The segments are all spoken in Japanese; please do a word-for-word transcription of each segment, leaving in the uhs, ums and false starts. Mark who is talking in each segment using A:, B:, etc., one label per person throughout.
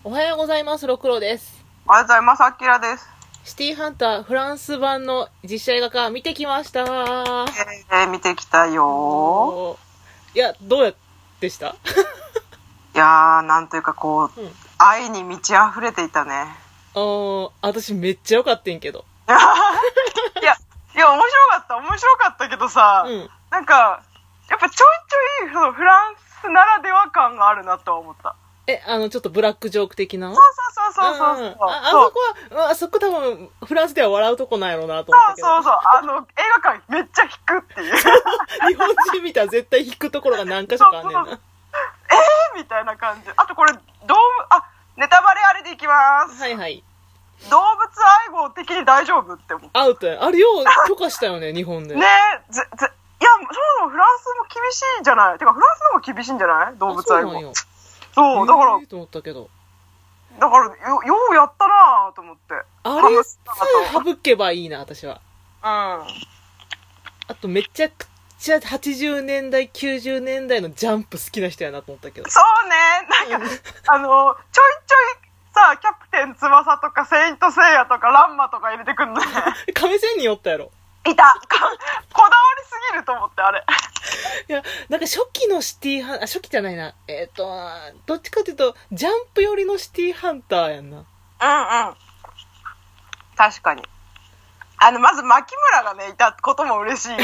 A: おはようございます。ろくろです。
B: おはようございます。あきらです。
A: シティハンターフランス版の実写映画化見てきました。
B: えー、見てきたよ。
A: いや、どうやでした？
B: いやー、なんというかこう、うん、愛に満ち溢れていたね。
A: あー、私めっちゃ良かったんけど。
B: いや、いや、面白かった。面白かったけどさ、うん、なんか、やっぱちょいちょい、そのフランスならでは感があるなとは思った。
A: え、あの、ちょっとブラックジョーク的な？
B: そうそうそうそうそう、うん、
A: あ, あそこは、あそこ多分、フランスでは笑うとこないやろうなと思ったけど。
B: そうそうそう。あの、映画館めっちゃ引くっていう。
A: 日本人見たら絶対引くところが何か所かあんねんな。そうそうそう
B: えーみたいな感じ。あとこれ、動物、あ、ネタバレあれでいきます。
A: はいはい。
B: 動物愛護的に大丈夫って思った。
A: アウトや。あれよう許可したよね、日本で。
B: ねえ、ぜ、ぜ、いや、そうもフランスも厳しいんじゃない？てか、フランスの方が厳しいんじゃない？動物愛護。そうなんよ。そう、だから、
A: えー、と思ったけど。
B: だから、よ、ようやったなぁと思って。
A: あれさえ省けばいいな、私は。
B: うん。あ
A: と、めちゃくちゃはちじゅうねんだい、きゅうじゅうねんだいのジャンプ好きな人やなと思ったけど。
B: そうね。なんか、あの、ちょいちょいさ、キャプテン翼とか、セイントセイヤとか、ランマとか入れてくんね。
A: 亀仙人おったやろ。
B: いた。こだわりすぎると思って、あれ。
A: いや、なんか初期のシティハン、あ、初期じゃないな。えっと、どっちかというと、ジャンプ寄りのシティハンターやんな。
B: うんうん。確かに。あの、まず、牧村がね、いたことも嬉しいよね。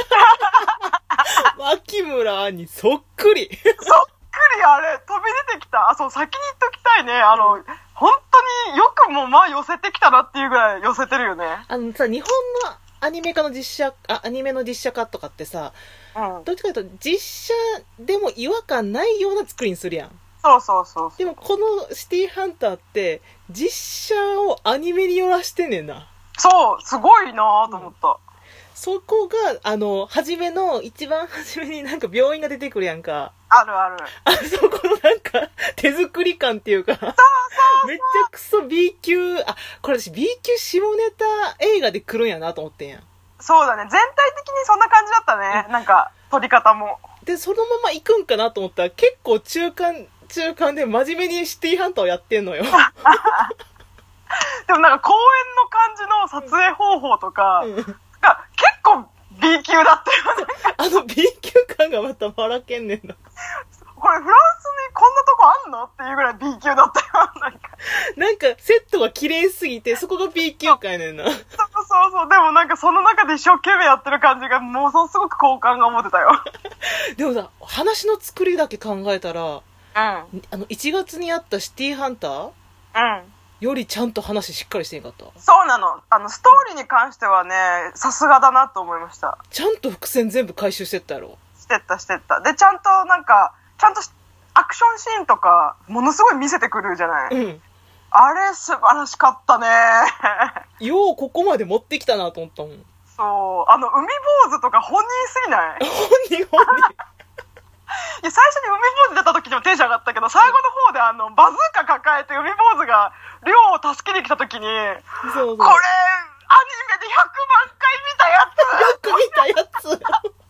A: 牧村にそっくり。
B: そっくり、あれ、飛び出てきた。あ、そう、先に言っときたいね。あの、本当によくもまあ寄せてきたなっていうぐらい寄せてるよね。
A: あのさ、日本のアニメ化の実写、あ、アニメの実写化とかってさ、うん、どっちかというと実写でも違和感ないような作りにするやん。
B: そうそうそうそう。
A: でもこのシティハンターって実写をアニメに寄らしてんねんな。
B: そう、すごいなと思った。うん、
A: そこが、あの、初めの、一番初めになんか病院が出てくるやんか。
B: あるある。
A: あそこのなんか、手作り感っていうか。そうそうそう。めっちゃくそ B 級、あ、これ私 B 級下ネタ映画で来るんやなと思ってんやん。
B: そうだね。全体的にそんな感じだったね。うん、なんか、撮り方も。
A: で、そのまま行くんかなと思ったら、結構中間、中間で真面目にシティハンターをやってんのよ。
B: でもなんか公演の感じの撮影方法とか、うん、が結構 B 級だったよね。
A: あの B 級感がまた笑けんねんな。
B: これフランスにこんなとこあんのっていうぐらい B 級だったよ。なんか。
A: なんかセットが綺麗すぎて、そこが B 級感やねんな。そう
B: そうそう。でもなんかその中で一生懸命やってる感じがものすごく好感が持てたよ。
A: でもさ、話の作りだけ考えたら、うん。あのいちがつにあったシティハンター？うん。よりちゃんと話しっかりしてんかった。
B: そうなの。あの、ストーリーに関してはね、さすがだなと思いました。
A: ちゃんと伏線全部回収してったやろ。
B: してったしてった。で、ちゃんとなんか、ちゃんとアクションシーンとか、ものすごい見せてくるじゃない。うん。あれ、素晴らしかったね。
A: ようここまで持ってきたなと思ったもん。
B: そう。あの、海坊主とか本人すぎない？
A: 本人本人。
B: いや、最初に海坊主出た時でもテンション上がったけど、最後の方であの、バズーカ抱えて海坊主が、亮を助けに来た時に、そうそう、これ、アニメでひゃくまんかい見たやつ
A: よく見たやつも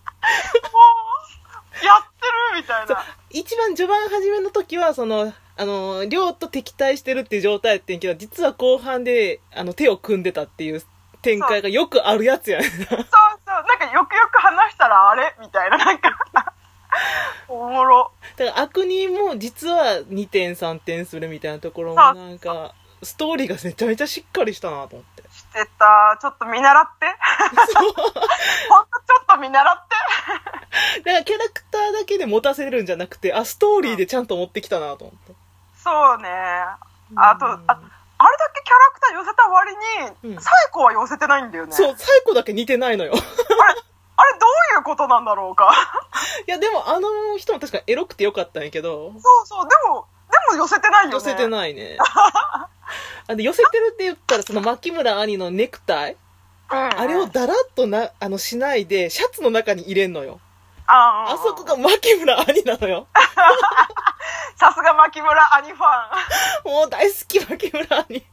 B: う、やってるみたいな。
A: 一番序盤始めの時は、その、あの、亮と敵対してるっていう状態やってんけど、実は後半で、あの、手を組んでたっていう展開がよくあるやつやねんな。そうそう。
B: なんかよくよく話したらあれみたいな、なんか。おもろ。
A: だから悪人も実はにてんさんてんするみたいなところもなんかストーリーがめちゃめちゃしっかりしたなと思って。
B: してた。ちょっと見習って。そう。ほんとちょっと見習って。
A: だからキャラクターだけで持たせるんじゃなくて、あ、ストーリーでちゃんと持ってきたなと思って。
B: そうね。あと、あ、あれだけキャラクター寄せた割に、うん、サイコは寄せてないんだよね。
A: そう、サイコだけ似てないのよ。あれ
B: あれどういうことなんだろうか。
A: いやでもあの人も確かエロくてよかったんやけど。
B: そうそう、でも、でも寄せてないよね。
A: 寄せてないね。あで寄せてるって言ったらその牧村兄のネクタイ、うんうん、あれをだらっとな、あのしないでシャツの中に入れんのよ。ああそこが牧村兄なのよ。
B: さすが牧村兄ファン。
A: もう大好き牧村兄。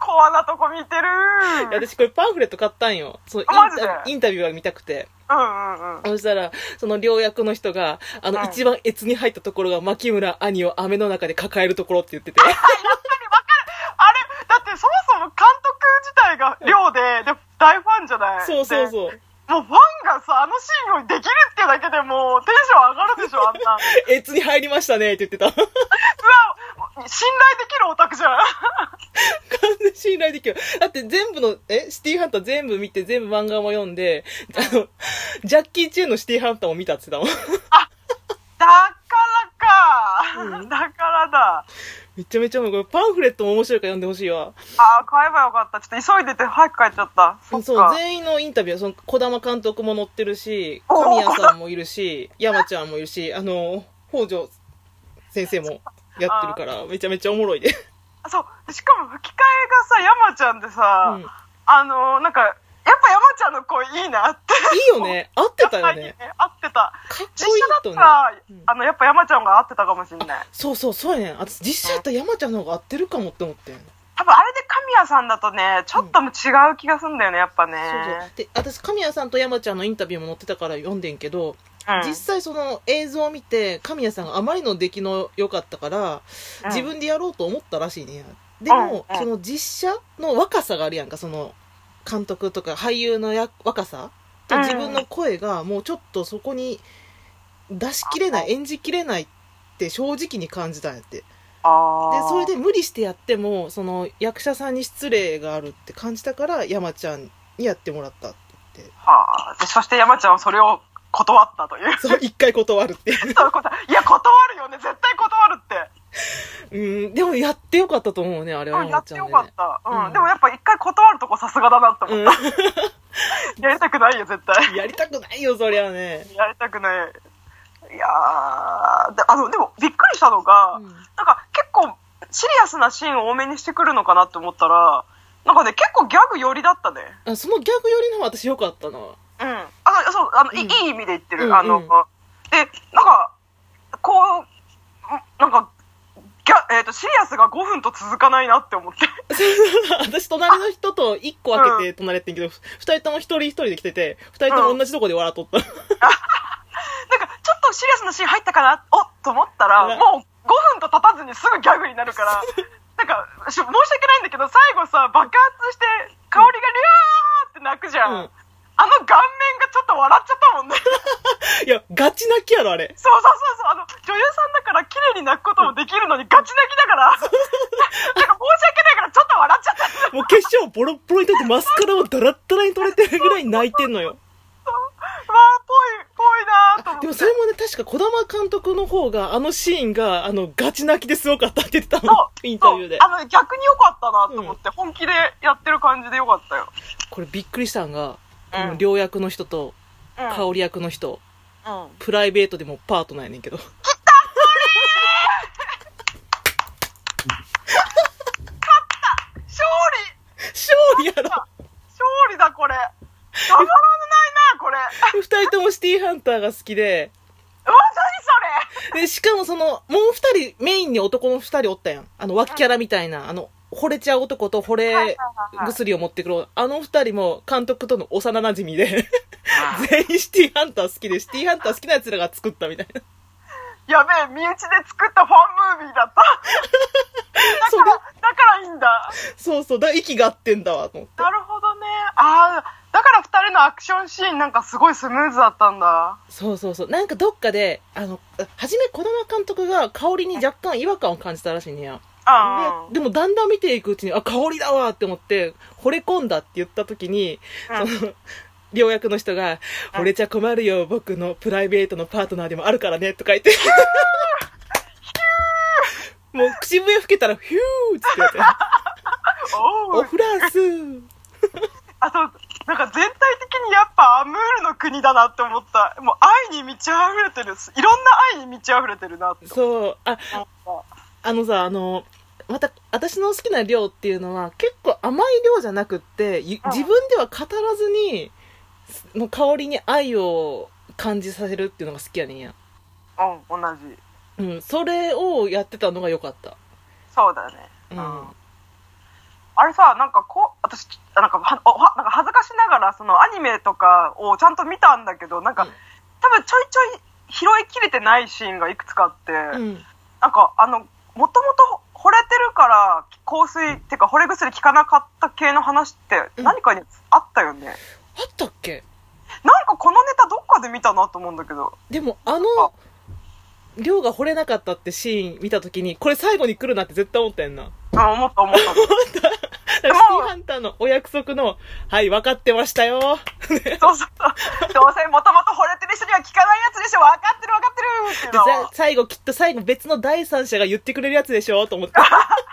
B: コアなとこ見てる。
A: 私これパンフレット買ったんよ。そのインタ、インタビューが見たくて。
B: うんうんうん。
A: そしたら、その良役の人が、あの、うん、一番越に入ったところが、牧村兄を雨の中で抱えるところって言ってて。やっぱりわかる。
B: あれ、だってそもそも監督自体が亮で、で、大ファンじゃない。
A: そうそうそう。
B: もうファンがさ、あのシーンをできるっていうだけでもうテンション上がるでしょ、あんな。
A: 越に入りましたねって言ってた。うわ、
B: 信頼できるオタクじゃん。完
A: 全に信頼できる。だって全部の、えシティーハンター全部見て、全部漫画も読んで、あの、ジャッキー・チェンのシティーハンターを見たって言ってたもん。
B: あ、だからか、うん。だからだ。
A: めちゃめちゃもうこれパンフレットも面白いから読んでほしいわ。
B: ああ、買えばよかった。ちょっと急いでて早く帰っちゃった。
A: そそう、全員のインタビュー、その児玉監督も載ってるし、神谷さんもいるし、山ちゃんもいるし、あの、北条先生もやってるから、めちゃめちゃおもろいで。
B: そう、しかも吹き替えがさ、山ちゃんでさ、うん、あの、なんか、やっぱ山ちゃんの声いいなって。
A: いいよね。合ってたよね。
B: 合ってた。か
A: っこいいとね。
B: 実写だったら、うん、あの、やっぱ山ちゃんが合ってたかもしれない。
A: そうそう、そうやねん。私、実写やったら山ちゃんの方が合ってるかもって思ってん。
B: 多分あれで神谷さんだとね、ちょっと違う気がするんだよね、やっぱね。
A: そうそう。で、私、神谷さんと山ちゃんのインタビューも載ってたから読んでんけど、うん、実際その映像を見て、神谷さんがあまりの出来の良かったから、うん、自分でやろうと思ったらしいね。でも、うんうん、その実写の若さがあるやんか、その、監督とか俳優のや若さと自分の声がもうちょっとそこに出しきれない、演じきれないって正直に感じたんやって。で、それで無理してやってもその役者さんに失礼があるって感じたから山ちゃんにやってもらったって言って。
B: はあ。で、そして山ちゃんはそれを断ったという。
A: そう、一回断るっていう。
B: そういうこと。いや、断るよね。絶対断るって。
A: うん、でもやってよかったと思うね、あれは、
B: ね。うん、やってよかった。うん。うん、でもやっぱ一回断るとこさすがだなって思った。うん、やりたくないよ、絶対。
A: やりたくないよ、そりゃね。
B: やりたくない。いやー、で、あの、でもびっくりしたのが、うん、なんか結構シリアスなシーンを多めにしてくるのかなって思ったら、なんかね、結構ギャグ寄りだったね。
A: あ、そのギャグ寄りの方が私よかったな。うん。
B: あ、そう、あの、うん、いい意味で言ってる。うん、あの、うん、で、なんか、こう、なんか、ギャえーと、シリアスがごふんと続かないなって思って。
A: 私、隣の人といっこ開けて隣ってんけど、ふたりとも一人一人で来てて、ふたりとも同じとこで笑っとった。うん、なんか、
B: ちょっとシリアスなシーン入ったかなおっと思ったら、もうごふんと経たずにすぐギャグになるから、なんか、申し訳ないんだけど、最後さ、爆発して、香りがリャーって泣くじゃん。うん、あの顔面がちょっと笑っちゃったもんね。
A: いや、ガチ泣きやろ、あれ。
B: そうそうそうそう。あの、女優さんだから綺麗に泣くこともできるのに、ガチ泣きだから。なんか申し訳ないからちょっと笑っちゃった。
A: もう化粧ボロッボロに取ってマスカラをダラッダラに取れてるぐらい泣いてんのよ。
B: そう。わあ、ぽい、ぽいなーと思って。
A: でもそれもね、確か児玉監督の方が、あのシーンが、あの、ガチ泣きですごかったって言ってたの。インタビューで。
B: あの、逆に良かったなと思って、うん、本気でやってる感じで良かったよ。
A: これびっくりしたんが、うん、両役の人と、うん、香り役の人、うん、プライベートでもパートナーやねんけど。きたこれ
B: ー勝った勝利
A: 勝利やろ
B: 勝利だこれたまらないなこれ
A: 二人ともシティーハンターが好きで、
B: うわ、何それ
A: で、しかもその、もう二人、メインに男の二人おったやん。あの、脇キャラみたいな、あの、惚れちゃう男と惚れ薬を持ってくる、あの二人も監督との幼馴染で全員シティーハンター好きで、シティーハンター好きな奴らが作ったみたいな。
B: やべえ、身内で作ったファンムービーだった。だから、だからいいんだ。
A: そうそう、だから息が合ってんだわと思って。
B: なるほどね。ああ、だから二人のアクションシーンなんかすごいスムーズだったんだ。
A: そうそうそう。なんかどっかで、あの、はじめ児玉監督が香りに若干違和感を感じたらしいねや。で, でもだんだん見ていくうちに、あ、香りだわって思って惚れ込んだって言った時に、うん、その両役の人が、うん、惚れちゃ困るよ、僕のプライベートのパートナーでもあるからねとか言ってもう口笛吹けたらヒューって言ってオフランス
B: あとなんか全体的にやっぱアムールの国だなって思った。もう愛に満ち溢れてる、いろんな愛に満ち溢れてるなって。
A: そうああのさ、あのまた私の好きな量っていうのは結構甘い量じゃなくって、自分では語らずにの香りに愛を感じさせるっていうのが好きやねんや。
B: うん、同じ。
A: うん、それをやってたのが良かった。
B: そうだね。うん。 あれさ、なんかこう、私、なんかは、はなんか恥ずかしながら、そのアニメとかをちゃんと見たんだけど、なんか、うん、多分ちょいちょい拾いきれてないシーンがいくつかあって、うん、なんか、あの、もともと惚れてるから香水っていうか惚れ薬効かなかった系の話って何かにあったよね、うん、あ
A: ったっけ？
B: なんかこのネタどっかで見たなと思うんだけど。
A: でもあのりょうが惚れなかったってシーン見たときにこれ最後に来るなって絶対思ったやんな。
B: あ、思った思った思った
A: シティハンターのお約束のはい分かってましたよ
B: そうそうそう、どうせもともと惚れてる人には効かないやつでしょ、分かってる分かってるっていうの
A: 最後きっと最後別の第三者が言ってくれるやつでしょと思って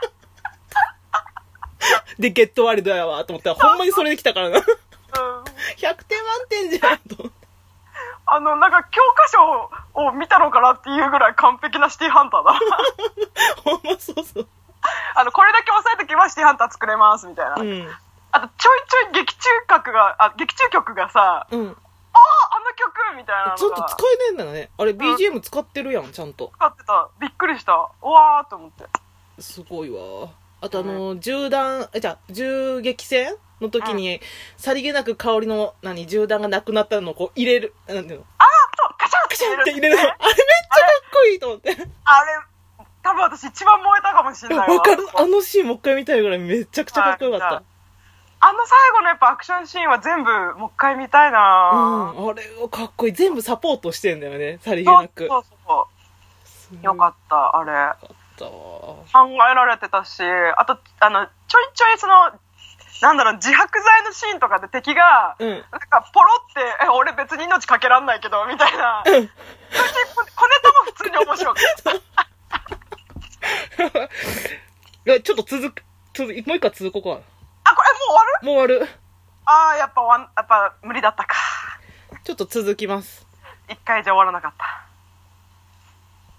A: でゲットワールドやわと思ったらほんまにそれできたからな、うん、ひゃくてん満点じゃんと思って、
B: あのなんか教科書を見たのかなっていうぐらい完璧なシティハンターだ
A: ほんまそうそう、
B: あのこれだけ押さえとけばシティハンター作れますみたいな、うん、あとちょいちょい劇中曲があ劇中曲がさ、うん、あああの曲みたいなのが
A: ちょっと使えねえんだよねあれ、うん、ビージーエム 使ってるやんちゃんと
B: 使ってた、びっくりした、うわーと思って、
A: すごいわ。あとあの、うん、銃弾えじゃ銃撃戦の時に、うん、さりげなく香りの何銃弾がなくなったのをこう入れる、なんていうの、
B: ああそうカシャン
A: カシャンって入れるの、あれめっちゃかっこいいと思って、
B: あれ多分私一番燃えたかもしれないわ。
A: わかる、あのシーンもう一回見たいぐらいめちゃくちゃかっこよかった。
B: あの最後のやっぱアクションシーンは全部もう一回見たいな、
A: うん、あれはかっこいい、全部サポートしてんだよね、さりげなく。
B: そうそうそう、よかったあれ、よかったわ、考えられてたし、あとあのちょいちょいそのなんだろう自白剤のシーンとかで敵が、うん、なんかポロってえ俺別に命かけらんないけどみたいな、うん、小ネタも普通に面白かった
A: ちょっと続く続もう一回続こうか。
B: あ、これもう終わる？
A: もう終わる。
B: ああ、やっぱワンやっぱ無理だったか。
A: ちょっと続きます。
B: 一回じゃ終わらなかった。